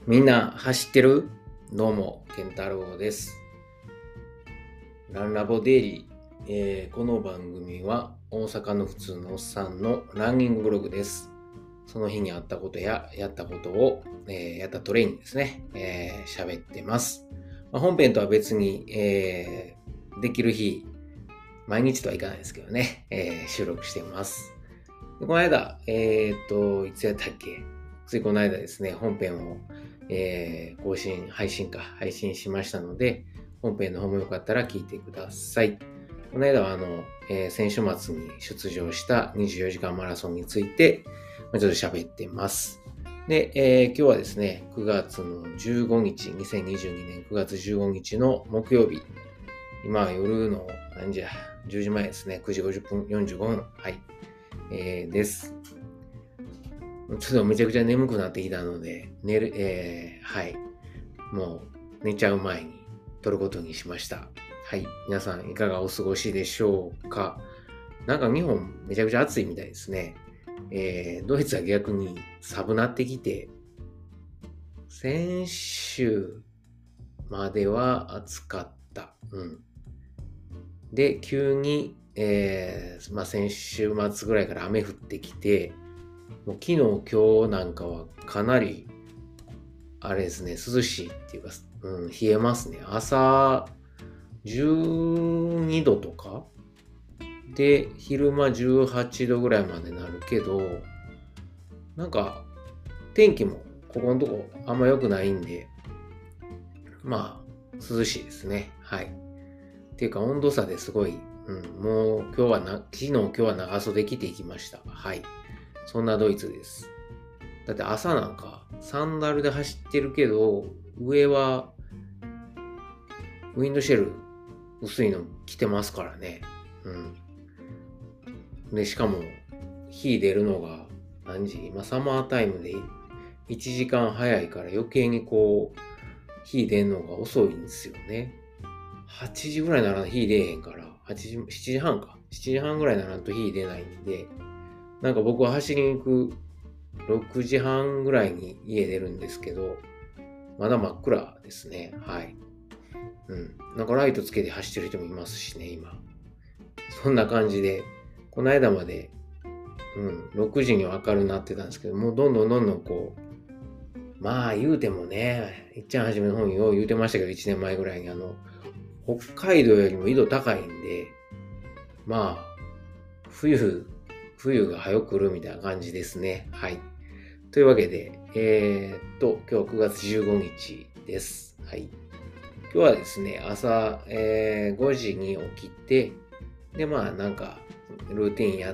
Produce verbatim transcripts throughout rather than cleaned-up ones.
みんな走ってる？どうも、健太郎です。ランラボデイリー、えーこの番組は大阪の普通のおっさんのランニングブログです。その日にあったことややったことを、えーやったトレーニングですね、えー喋ってます。まあ、本編とは別に、えーできる日、毎日とはいかないですけどね、えー収録してます。でこの間、えーっと、いつやったっけついこの間ですね、本編を、えー更新、配信か、配信しましたので、本編の方もよかったら聞いてください。この間は、あの、えー先週末に出場したにじゅうよじかんマラソンについて、まあちょっと喋ってます。で、えー今日はですね、くがつのじゅうごにち、にせんにじゅうにねんくがつじゅうごにちの木曜日、今は夜の、何時や、じゅうじまえですね、くじごじゅっぷんよんじゅうごふん、はい、えーです。ちょっとめちゃくちゃ眠くなってきたので、寝る、えー、はい。もう寝ちゃう前に撮ることにしました。はい。皆さんいかがお過ごしでしょうか？なんか日本めちゃくちゃ暑いみたいですね。えー、ドイツは逆に寒なってきて、先週までは暑かった。うん。で、急に、えー、まあ、先週末ぐらいから雨降ってきて、もう昨日今日なんかはかなりあれですね、涼しいっていうか、うん、冷えますね。朝じゅうにどとかで、昼間じゅうはちどぐらいまでなるけど、なんか天気もここのとこあんま良くないんで、まあ涼しいですね。はい。っていうか温度差ですごい、うん、もう今日はな、昨日今日は長袖着ていきました。はい。そんなドイツです。だって朝なんかサンダルで走ってるけど、上はウィンドシェル薄いの着てますからね。うん。で、しかも、日出るのが何時？今サマータイムでいちじかん早いから余計にこう、日出るのが遅いんですよね。はちじぐらいなら日出えへんから、はちじ、しちじはんか。しちじはんぐらいならんと日出ないんで、なんか僕は走りに行くろくじはんぐらいに家出るんですけど、まだ真っ暗ですね。はい。うん。なんかライトつけて走ってる人もいますしね、今。そんな感じで、この間まで、うん、ろくじには明るくなってたんですけど、もうどんどんどんどんこう、まあ言うてもね、いっちゃん初めの方によう言うてましたけど、いちねんまえぐらいにあの、北海道よりも緯度高いんで、まあ、冬、冬が早く来るみたいな感じですね。はい。というわけで、えー、っと、今日はくがつじゅうごにちです。はい。今日はですね、朝、えー、ごじに起きて、で、まあ、なんか、ルーティンやって、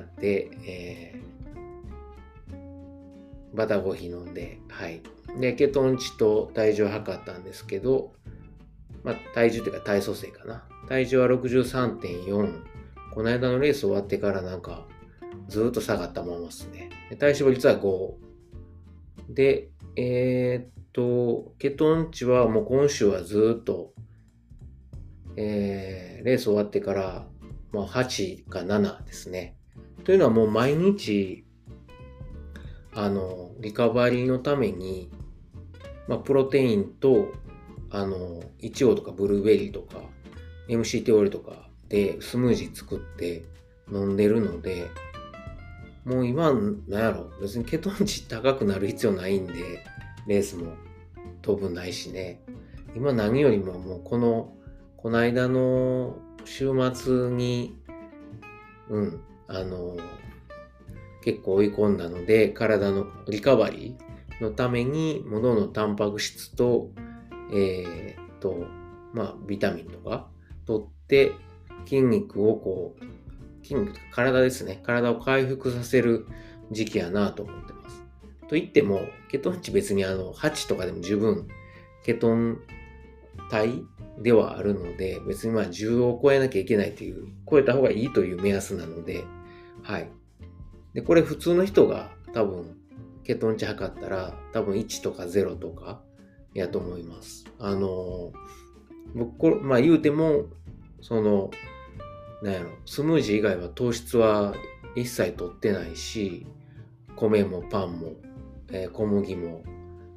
えー、バターコーヒー飲んで、はい。で、ケトン値と体重を測ったんですけど、まあ、体重というか体組成かな。体重は ろくじゅうさんてんよん。この間のレース終わってからなんか、ずーっと下がったままですね。で体脂肪率はご。で、えー、っと、ケトン値はもう今週はずーっと、えー、レース終わってから、まあ、はちかななですね。というのはもう毎日、あの、リカバリーのために、まあ、プロテインと、あの、イチゴとかブルーベリーとか、エムシーティー オイルとかでスムージー作って飲んでるので、もう今、なんやろ、別にケトン値高くなる必要ないんで、レースも当分ないしね。今何よりももうこの、この間の週末に、うん、あの、結構追い込んだので、体のリカバリーのために、もののタンパク質と、えーっと、まあ、ビタミンとか取って、筋肉をこう、筋肉とか体ですね。体を回復させる時期やなと思ってます。と言っても、ケトン値別にあの、はちとかでも十分、ケトン体ではあるので、別にまあじゅうを超えなきゃいけないという、超えた方がいいという目安なので、はい。で、これ普通の人が多分、ケトン値測ったら、多分いちとかゼロとかやと思います。あの、僕、これ、まあ言うても、その、なんやろ、スムージー以外は糖質は一切取ってないし、米もパンも、えー小麦も、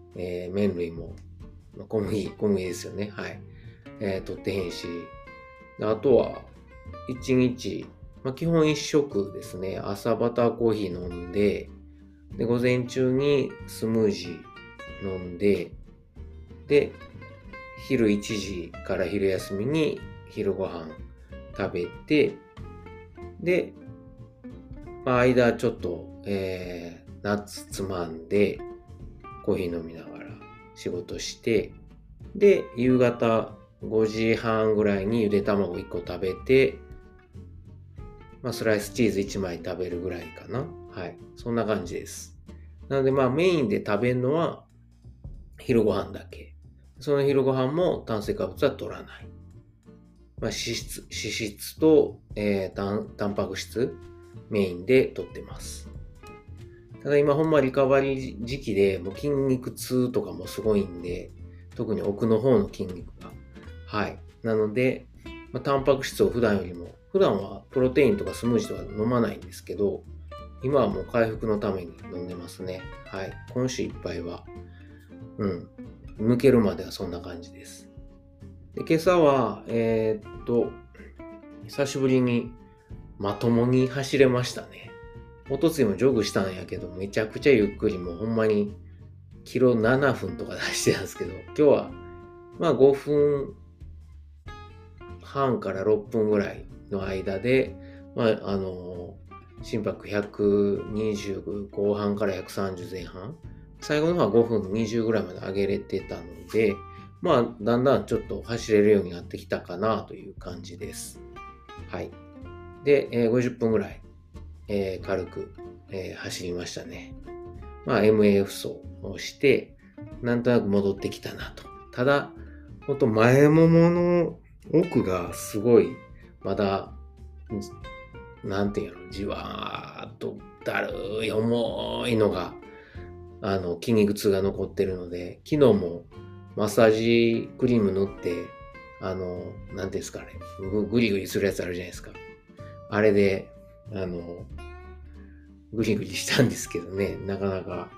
えー、麺類も、まあ、小麦、小麦ですよね。はい。えー、取ってへんし。あとは、一日、まあ、基本一食ですね。朝バターコーヒー飲んで、で、午前中にスムージー飲んで、で、昼いちじから昼休みに昼ご飯食べて、で、まあ、間ちょっと、えー、ナッツつまんで、コーヒー飲みながら仕事して、で、夕方ごじはんぐらいにゆで卵いっこ食べて、まあ、スライスチーズいちまい食べるぐらいかな。はい。そんな感じです。なので、まあ、メインで食べるのは昼ご飯だけ。その昼ご飯も炭水化物は取らない。まあ、脂質、脂質と、えー、タン、タンパク質メインで取ってます。ただ今ほんまリカバリー時期でもう筋肉痛とかもすごいんで、特に奥の方の筋肉が。はい。なので、まあ、タンパク質を普段よりも、普段はプロテインとかスムージーとか飲まないんですけど、今はもう回復のために飲んでますね。はい。今週いっぱいは、うん。抜けるまではそんな感じです。で、今朝は、えー、っと、久しぶりにまともに走れましたね。おとついもジョグしたんやけど、めちゃくちゃゆっくり、もうほんまにキロななふんとか出してたんですけど、今日はまあごふんはんからろっぷんぐらいの間で、まああの、心拍ひゃくにじゅう後半からひゃくさんじゅう前半、最後の方はごふんにじゅうぐらいまで上げれてたので、まあだんだんちょっと走れるようになってきたかなという感じです。はい。で、えー、ごじゅっぷんぐらい、えー、軽く、えー、走りましたね。まあ エムエーエフ 走をして、なんとなく戻ってきたなと。ただ、ほんと前ももの奥がすごい、まだ、なんていうの、じわーっとだるい重いのが、あの、筋肉痛が残ってるので、昨日もマッサージクリーム塗って、あの、なんていうんですかね、グリグリするやつあるじゃないですか。あれで、あの、グリグリしたんですけどね、なかなか、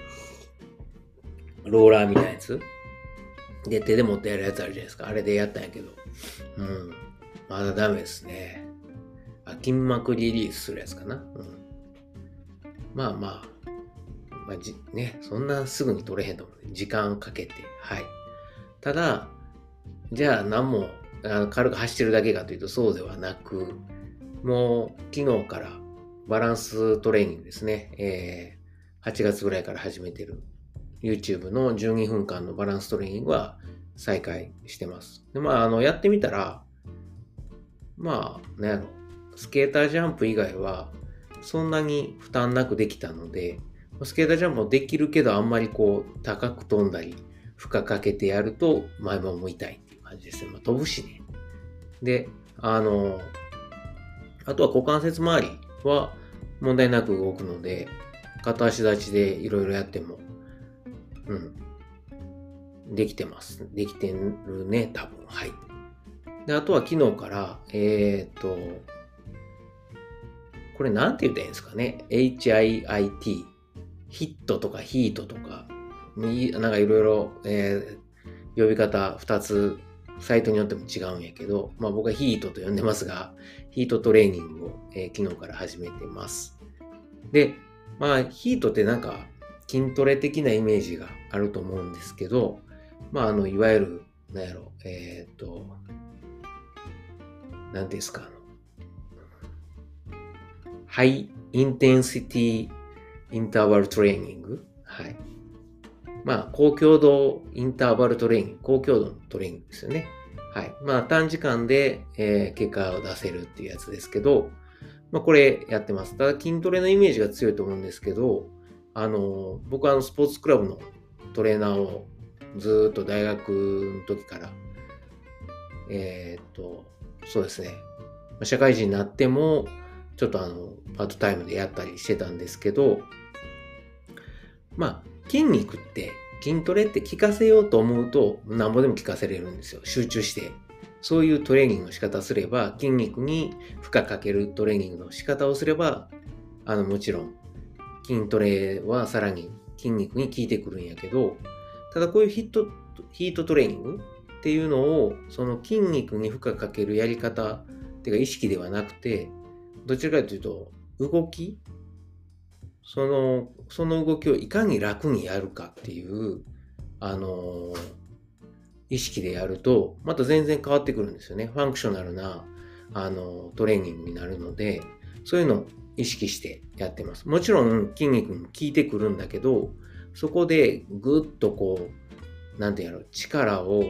ローラーみたいなやつで、手で持ってやるやつあるじゃないですか。あれでやったんやけど、うん、まだダメですね。あ、筋膜リリースするやつかな。うん、まあまあ、まあじ、ね、そんなすぐに取れへんと思う、ね。時間かけて、はい。ただ、じゃあ何もあの軽く走ってるだけかというとそうではなく、もう昨日からバランストレーニングですね。えー、はちがつぐらいから始めてる YouTube のじゅうにふんかんのバランストレーニングは再開してます。で、まあ、あの、やってみたら、まあ、ね、あの、スケータージャンプ以外はそんなに負担なくできたので、スケータージャンプもできるけどあんまりこう高く飛んだり負荷かけてやると前もも痛いっていう感じですね。まあ、飛ぶしね。で、あの、あとは股関節周りは問題なく動くので、片足立ちでいろいろやっても、うん、できてます。できてるね、多分。はい。で、あとは昨日から、えー、っと、これなんて言ったらいいんですかね。エイチアイアイティー。ヒットとかヒートとか、なんかいろいろ、えー、呼び方ふたつ、サイトによっても違うんやけど、まあ僕はヒートと呼んでますが、ヒートトレーニングを、えー、昨日から始めてます。で、まあヒートってなんか筋トレ的なイメージがあると思うんですけど、まああの、いわゆる、なんやろ、えー、っと、なんですか、あの、ハイインテンシティインターバルトレーニング。はい。まあ、高強度インターバルトレーニング。高強度のトレーニングですよね。はい。まあ、短時間で、えー、結果を出せるっていうやつですけど、まあ、これやってます。ただ、筋トレのイメージが強いと思うんですけど、あの、僕はあのスポーツクラブのトレーナーをずっと大学の時から、えー、っと、そうですね。社会人になっても、ちょっとあの、パートタイムでやったりしてたんですけど、まあ、筋肉って、筋トレって効かせようと思うと、なんぼでも効かせれるんですよ。集中して。そういうトレーニングの仕方すれば、筋肉に負荷かけるトレーニングの仕方をすれば、あの、もちろん、筋トレはさらに筋肉に効いてくるんやけど、 ただこういうヒット、ヒートトレーニングっていうのを、その筋肉に負荷かけるやり方っていうか意識ではなくて、どちらかというと、動き、その、その動きをいかに楽にやるかっていう、あのー、意識でやると、また全然変わってくるんですよね。ファンクショナルな、あのー、トレーニングになるので、そういうのを意識してやってます。もちろん筋肉に効いてくるんだけど、そこでぐっとこう、なんていうの、力を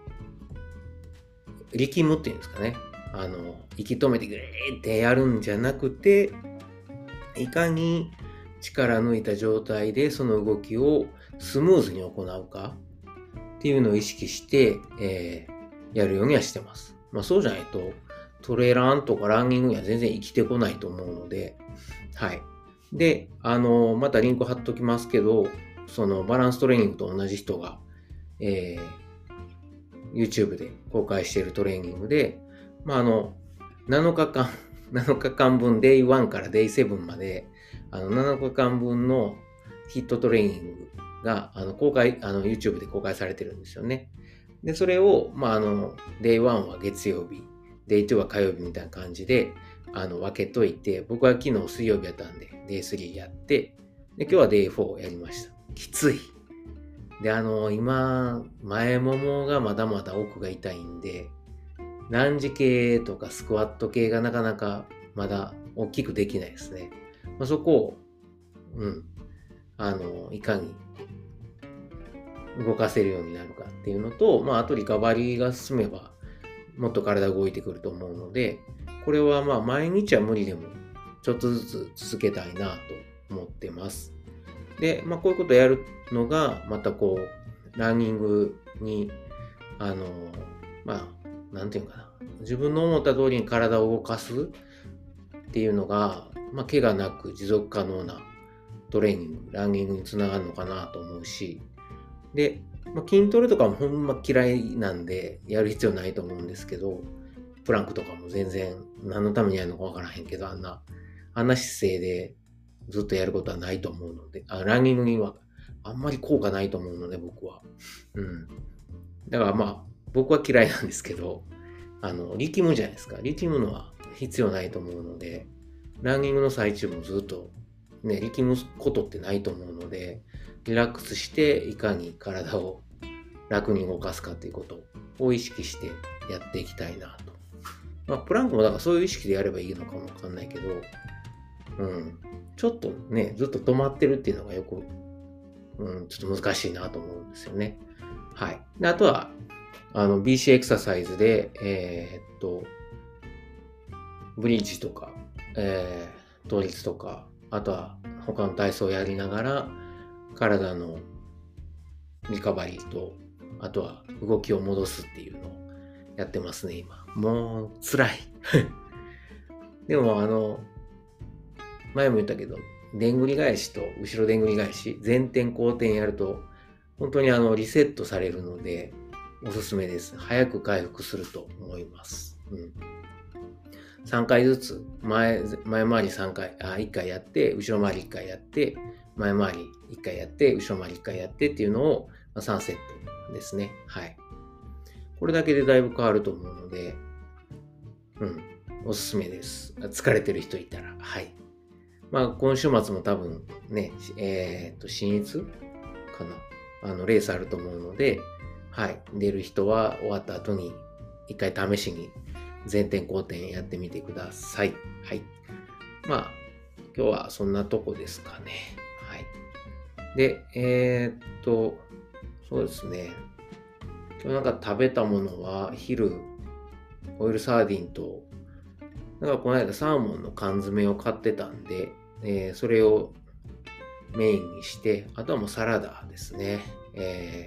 力むっていうんですかね。あの、息止めてグーってやるんじゃなくて、いかに力抜いた状態でその動きをスムーズに行うかっていうのを意識して、えー、やるようにはしてます。まあそうじゃないとトレランとかランニングには全然生きてこないと思うので、はい。で、あの、またリンク貼っときますけど、そのバランストレーニングと同じ人が、えー、YouTube で公開しているトレーニングで、まああの、なのかかん、なのかかんぶん、デイワン から デイセブン まで、あの、なのかかんぶんのヒットトレーニングが、あの、公開、あの、YouTube で公開されてるんですよね。で、それを、まあ、あの、デイワン は月曜日、デイツー は火曜日みたいな感じで、あの、分けといて、僕は昨日水曜日やったんで、デイスリー やって、で、今日はデイフォーやりました。きつい。で、あの、今、前ももがまだまだ奥が痛いんで、ランジ系とかスクワット系がなかなかまだ大きくできないですね。まあ、そこを、うん、あの、いかに動かせるようになるかっていうのと、まあ、あとリカバリーが進めば、もっと体が動いてくると思うので、これはまあ、毎日は無理でも、ちょっとずつ続けたいなと思ってます。で、まあ、こういうことをやるのが、またこう、ランニングに、あの、まあ、なんていうかな、自分の思った通りに体を動かすっていうのが、まあ、怪我なく持続可能なトレーニング、ランニングにつながるのかなと思うし、で、まあ、筋トレとかもほんま嫌いなんで、やる必要ないと思うんですけど、プランクとかも全然何のためにやるのかわからへんけど、あんな、あんな姿勢でずっとやることはないと思うので、あランニングにはあんまり効果ないと思うので、僕は。うん。だからまあ、僕は嫌いなんですけど、あの、力むじゃないですか。力むのは必要ないと思うので、ランニングの最中もずっとね、力むことってないと思うので、リラックスしていかに体を楽に動かすかっていうことを意識してやっていきたいなと。まあ、プランクもだからそういう意識でやればいいのかもわかんないけど、うん、ちょっとね、ずっと止まってるっていうのがよく、うん、ちょっと難しいなと思うんですよね。はい。であとは、あの、ビーシー エクササイズで、えー、っと、ブリッジとか、えー、倒立とか、あとは他の体操をやりながら、体のリカバリーと、あとは動きを戻すっていうのをやってますね、今。もう、辛い。でも、あの、前も言ったけど、でんぐり返しと後ろでんぐり返し、前転後転やると、本当にあの、リセットされるので、おすすめです。早く回復すると思います。うん、さんかいずつ、前、前回りさんかい、あ、いっかいやって、後ろ回りいっかいやって、前回りいっかいやって、後ろ回りいっかいやってっていうのをさんセットですね。はい。これだけでだいぶ変わると思うので、うん、おすすめです。疲れてる人いたら。はい。まあ、今週末も多分ね、えー、っと、新越かな。あの、レースあると思うので、はい。出る人は終わった後に、一回試しに前転後転やってみてください。はい。まあ、今日はそんなとこですかね。はい。で、えー、っと、そうですね。今日なんか食べたものは、昼、オイルサーディンと、なんかこの間サーモンの缶詰を買ってたんで、えー、それをメインにして、あとはもうサラダですね。え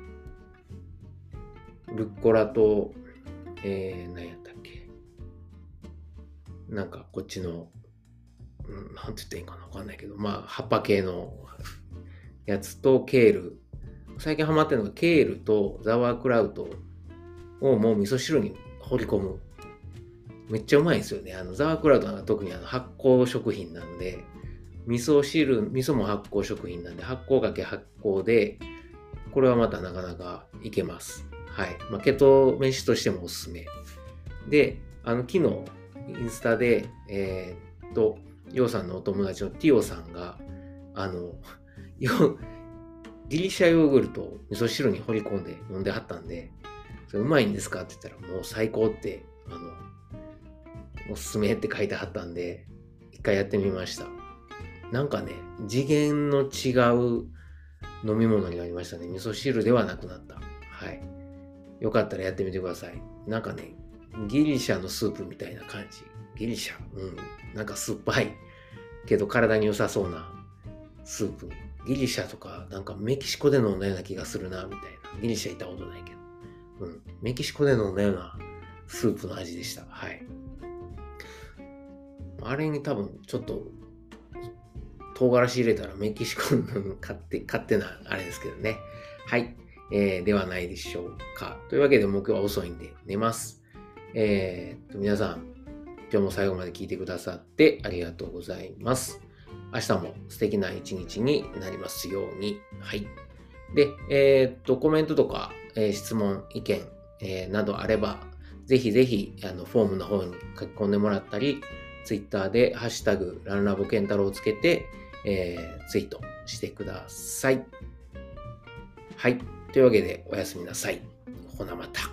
ー、ルッコラと、えー、何やったっけ。なんかこっちの、うん、なんて言っていいんかなわかんないけど、まあ葉っぱ系のやつとケール。最近ハマってるのがケールとザワークラウトをもう味噌汁に放り込む。めっちゃうまいんですよね。あのザワークラウトは特にあの発酵食品なんで、味噌汁、味噌も発酵食品なんで、発酵かけ発酵で、 これはまたなかなかいけます。はい。まあ、ケト飯としてもおすすめ。で、あの、昨日、インスタで、えー、っと、ヨウさんのお友達のティオさんが、あの、よギリシャヨーグルトを味噌汁に掘り込んで飲んではったんで、それうまいんですかって言ったら、もう最高って、あの、おすすめって書いてはったんで、一回やってみました。なんかね、次元の違う飲み物になりましたね。味噌汁ではなくなった。はい。よかったらやってみてください。なんかね、ギリシャのスープみたいな感じ。ギリシャ。うん。なんか酸っぱい。けど体に良さそうなスープ。ギリシャとか、なんかメキシコで飲んだような気がするな、みたいな。ギリシャ行ったことないけど。うん。メキシコで飲んだようなスープの味でした。はい。あれに多分、ちょっと、唐辛子入れたらメキシコの勝手、勝手なあれですけどね。はい。えー、ではないでしょうか。というわけで、もう今日は遅いんで寝ます。えー、と、皆さん、今日も最後まで聞いてくださってありがとうございます。明日も素敵な一日になりますように。はい。で、えー、っと、コメントとか、えー、質問、意見、えー、などあれば、ぜひぜひ、あの、フォームの方に書き込んでもらったり、ツイッターでハッシュタグ、ランラボケンタロウをつけて、えー、ツイートしてください。はい。というわけで、おやすみなさい。ほなまた。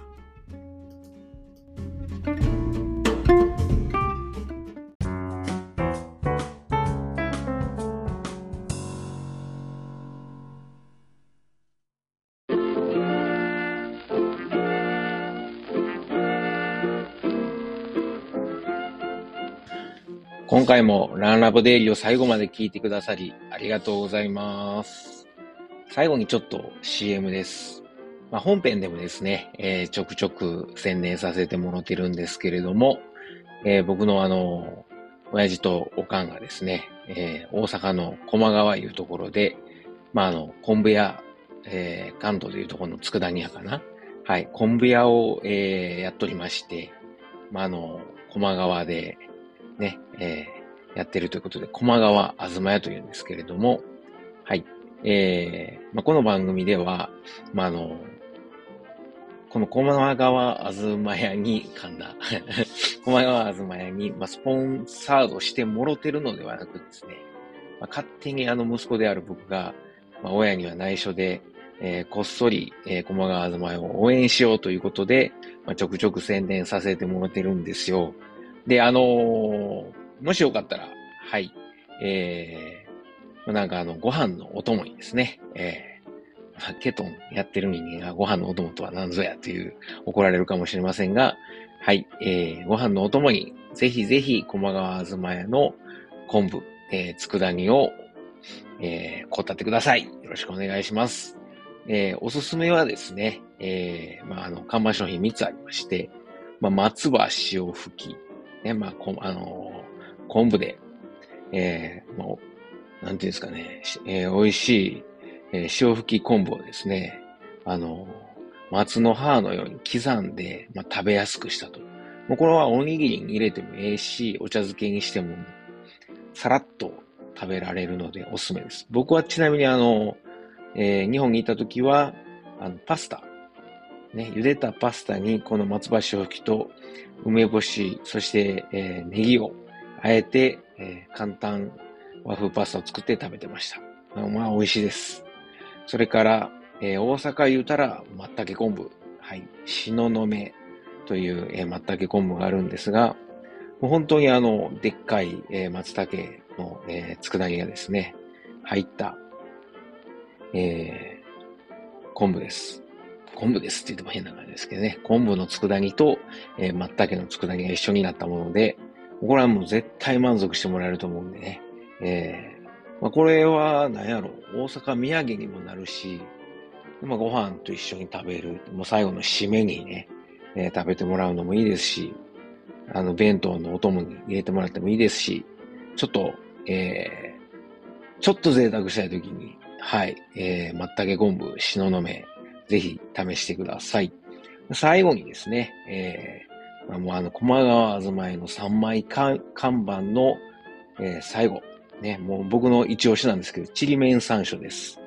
今回もランラボデイリーを最後まで聞いてくださりありがとうございます。最後にちょっと シーエム です。まあ、本編でもですね、えー、ちょくちょく宣伝させてもらってるんですけれども、えー、僕のあの、親父とおかんがですね、えー、大阪の駒川いうところで、まあ、あの、昆布屋、えー、関東でいうところの佃煮屋かな。はい、昆布屋を、えー、やっとりまして、まあ、あの、駒川で、ね、えー、やってるということで、駒川あずま屋というんですけれども、はい。えー、まあ、この番組では、まあ、あの、この駒川あずま屋に、噛んだ。駒川あずま屋に、まあ、スポンサードしてもろてるのではなくですね、まあ、勝手にあの息子である僕が、まあ、親には内緒で、えー、こっそり、えー、駒川あずま屋を応援しようということで、まあ、ちょくちょく宣伝させてもらってるんですよ。で、あのー、もしよかったら、はい、えー、なんかあの、ご飯のお供にですね、えー、ケトンやってる人間がご飯のお供とは何ぞやという怒られるかもしれませんが、はい、えー、ご飯のお供にぜひぜひ駒川あずま屋の昆布、えー、佃煮を、えー、こたってください。よろしくお願いします。えー、おすすめはですね、えー、まあ、あの、看板商品みっつありまして、まあ、松葉塩吹き、ね、まあ、こあのー、昆布で、えー、もう、なんていうんですかね、えー、美味しい、えー、塩吹き昆布をですね、あのー、松の葉のように刻んで、まあ、食べやすくしたと。もうこれはおにぎりに入れてもええし、お茶漬けにしても、さらっと食べられるのでおすすめです。僕はちなみにあの、えー、日本にいた時は、あの、パスタ、ね、茹でたパスタにこの松葉塩吹きと梅干し、そして、えー、ネギをあえて、えー、簡単和風パスタを作って食べてました。まあ、美味しいです。それから、えー、大阪言うたら、松茸昆布。はい。しののめという、えー、松茸昆布があるんですが、もう本当にあの、でっかい、えー、松茸の、えー、佃煮がですね、入った、えー、昆布です。昆布ですって言っても変な感じですけどね。昆布の佃煮と、えー、松茸の佃煮が一緒になったもので、これはもう絶対満足してもらえると思うんでね。えー、まあ、これは何やろ、大阪土産にもなるし、まあ、ご飯と一緒に食べる、もう最後の締めにね、えー、食べてもらうのもいいですし、あの、弁当のお供に入れてもらってもいいですし、ちょっと、えー、ちょっと贅沢したいときに、はい、えー、松茸昆布、しののめ、ぜひ試してください。最後にですね、えー、まあ、もうあの、駒川あずまいのさんまい看板の、えー、最後、ね、もう僕の一押しなんですけど、ちりめん山椒です。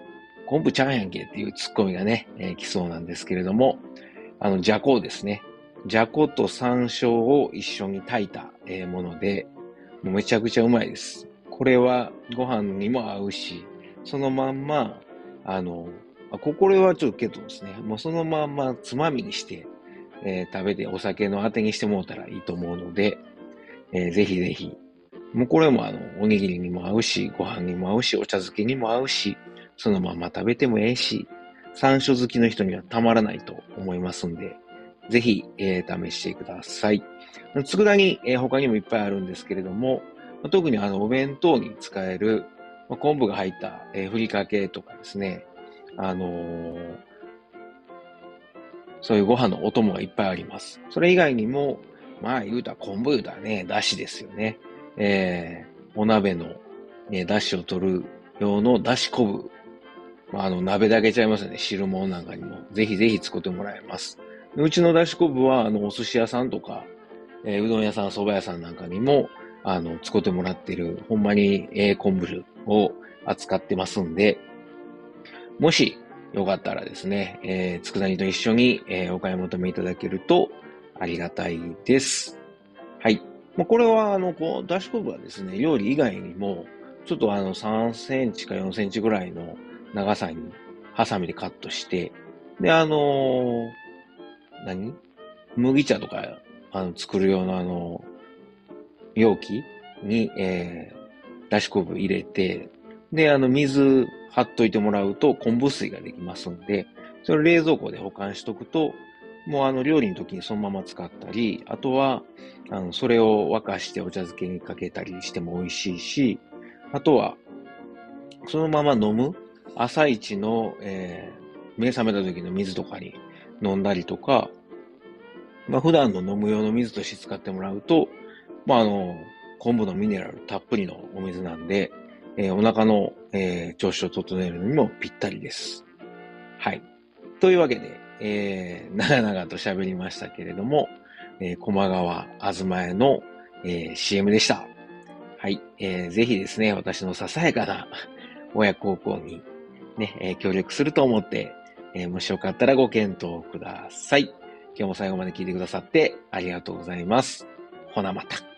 昆布ちゃうやんけっていうツッコミがね、えー来そうなんですけれども、あの、じゃこですね。じゃこと山椒を一緒に炊いた、えーもので、もうめちゃくちゃうまいです。これはご飯にも合うし、そのまんま、あの、あここれはちょっとケトですね。もうそのまんまつまみにして、えー食べてお酒のあてにしてもらったらいいと思うので、えーぜひぜひ。もうこれもあの、おにぎりにも合うし、ご飯にも合うし、お茶漬けにも合うし、そのまま食べてもええし、山椒好きの人にはたまらないと思いますんで、ぜひ、えー試してください。佃煮、えー他にもいっぱいあるんですけれども、特にあの、お弁当に使える、まあ昆布が入った、えーふりかけとかですね、あのーそういうご飯のお供がいっぱいあります。それ以外にも、まあ言うたら昆布言うたらね、だしですよね。えー、お鍋の、ね、だしを取る用のだし昆布。まあ、あの、鍋だけちゃいますよね。汁物なんかにも。ぜひぜひ作ってもらえます。うちのだし昆布は、あの、お寿司屋さんとか、えーうどん屋さん、蕎麦屋さんなんかにも、あの、使ってもらってる、ほんまに、えー昆布を扱ってますんで、もしよかったらですね、えー、佃煮と一緒に、えーお買い求めいただけるとありがたいです。はい。まあ、これは、あの、こう、だし昆布はですね、料理以外にも、ちょっとあの、さんセンチかよんセンチぐらいの長さに、ハサミでカットして、で、あのー何麦茶とか、あの、作る用のあの、容器に、えー、だし昆布入れて、で、あの、水張っといてもらうと昆布水ができますんで、それを冷蔵庫で保管しとくと、もうあの、料理の時にそのまま使ったり、あとは、あの、それを沸かしてお茶漬けにかけたりしても美味しいし、あとは、そのまま飲む朝一の、えー目覚めた時の水とかに飲んだりとか、まあ、普段の飲む用の水として使ってもらうと、まあ、あの、昆布のミネラルたっぷりのお水なんで、えーお腹の、えー調子を整えるのにもぴったりです。はい。というわけで、えー長々と喋りましたけれども、えー、駒川あずまえの、えー シーエム でした。はい。えーぜひですね、私のささやかな親孝行にね、えー協力すると思って、えーもしよかったらご検討ください。今日も最後まで聞いてくださってありがとうございます。ほなまた。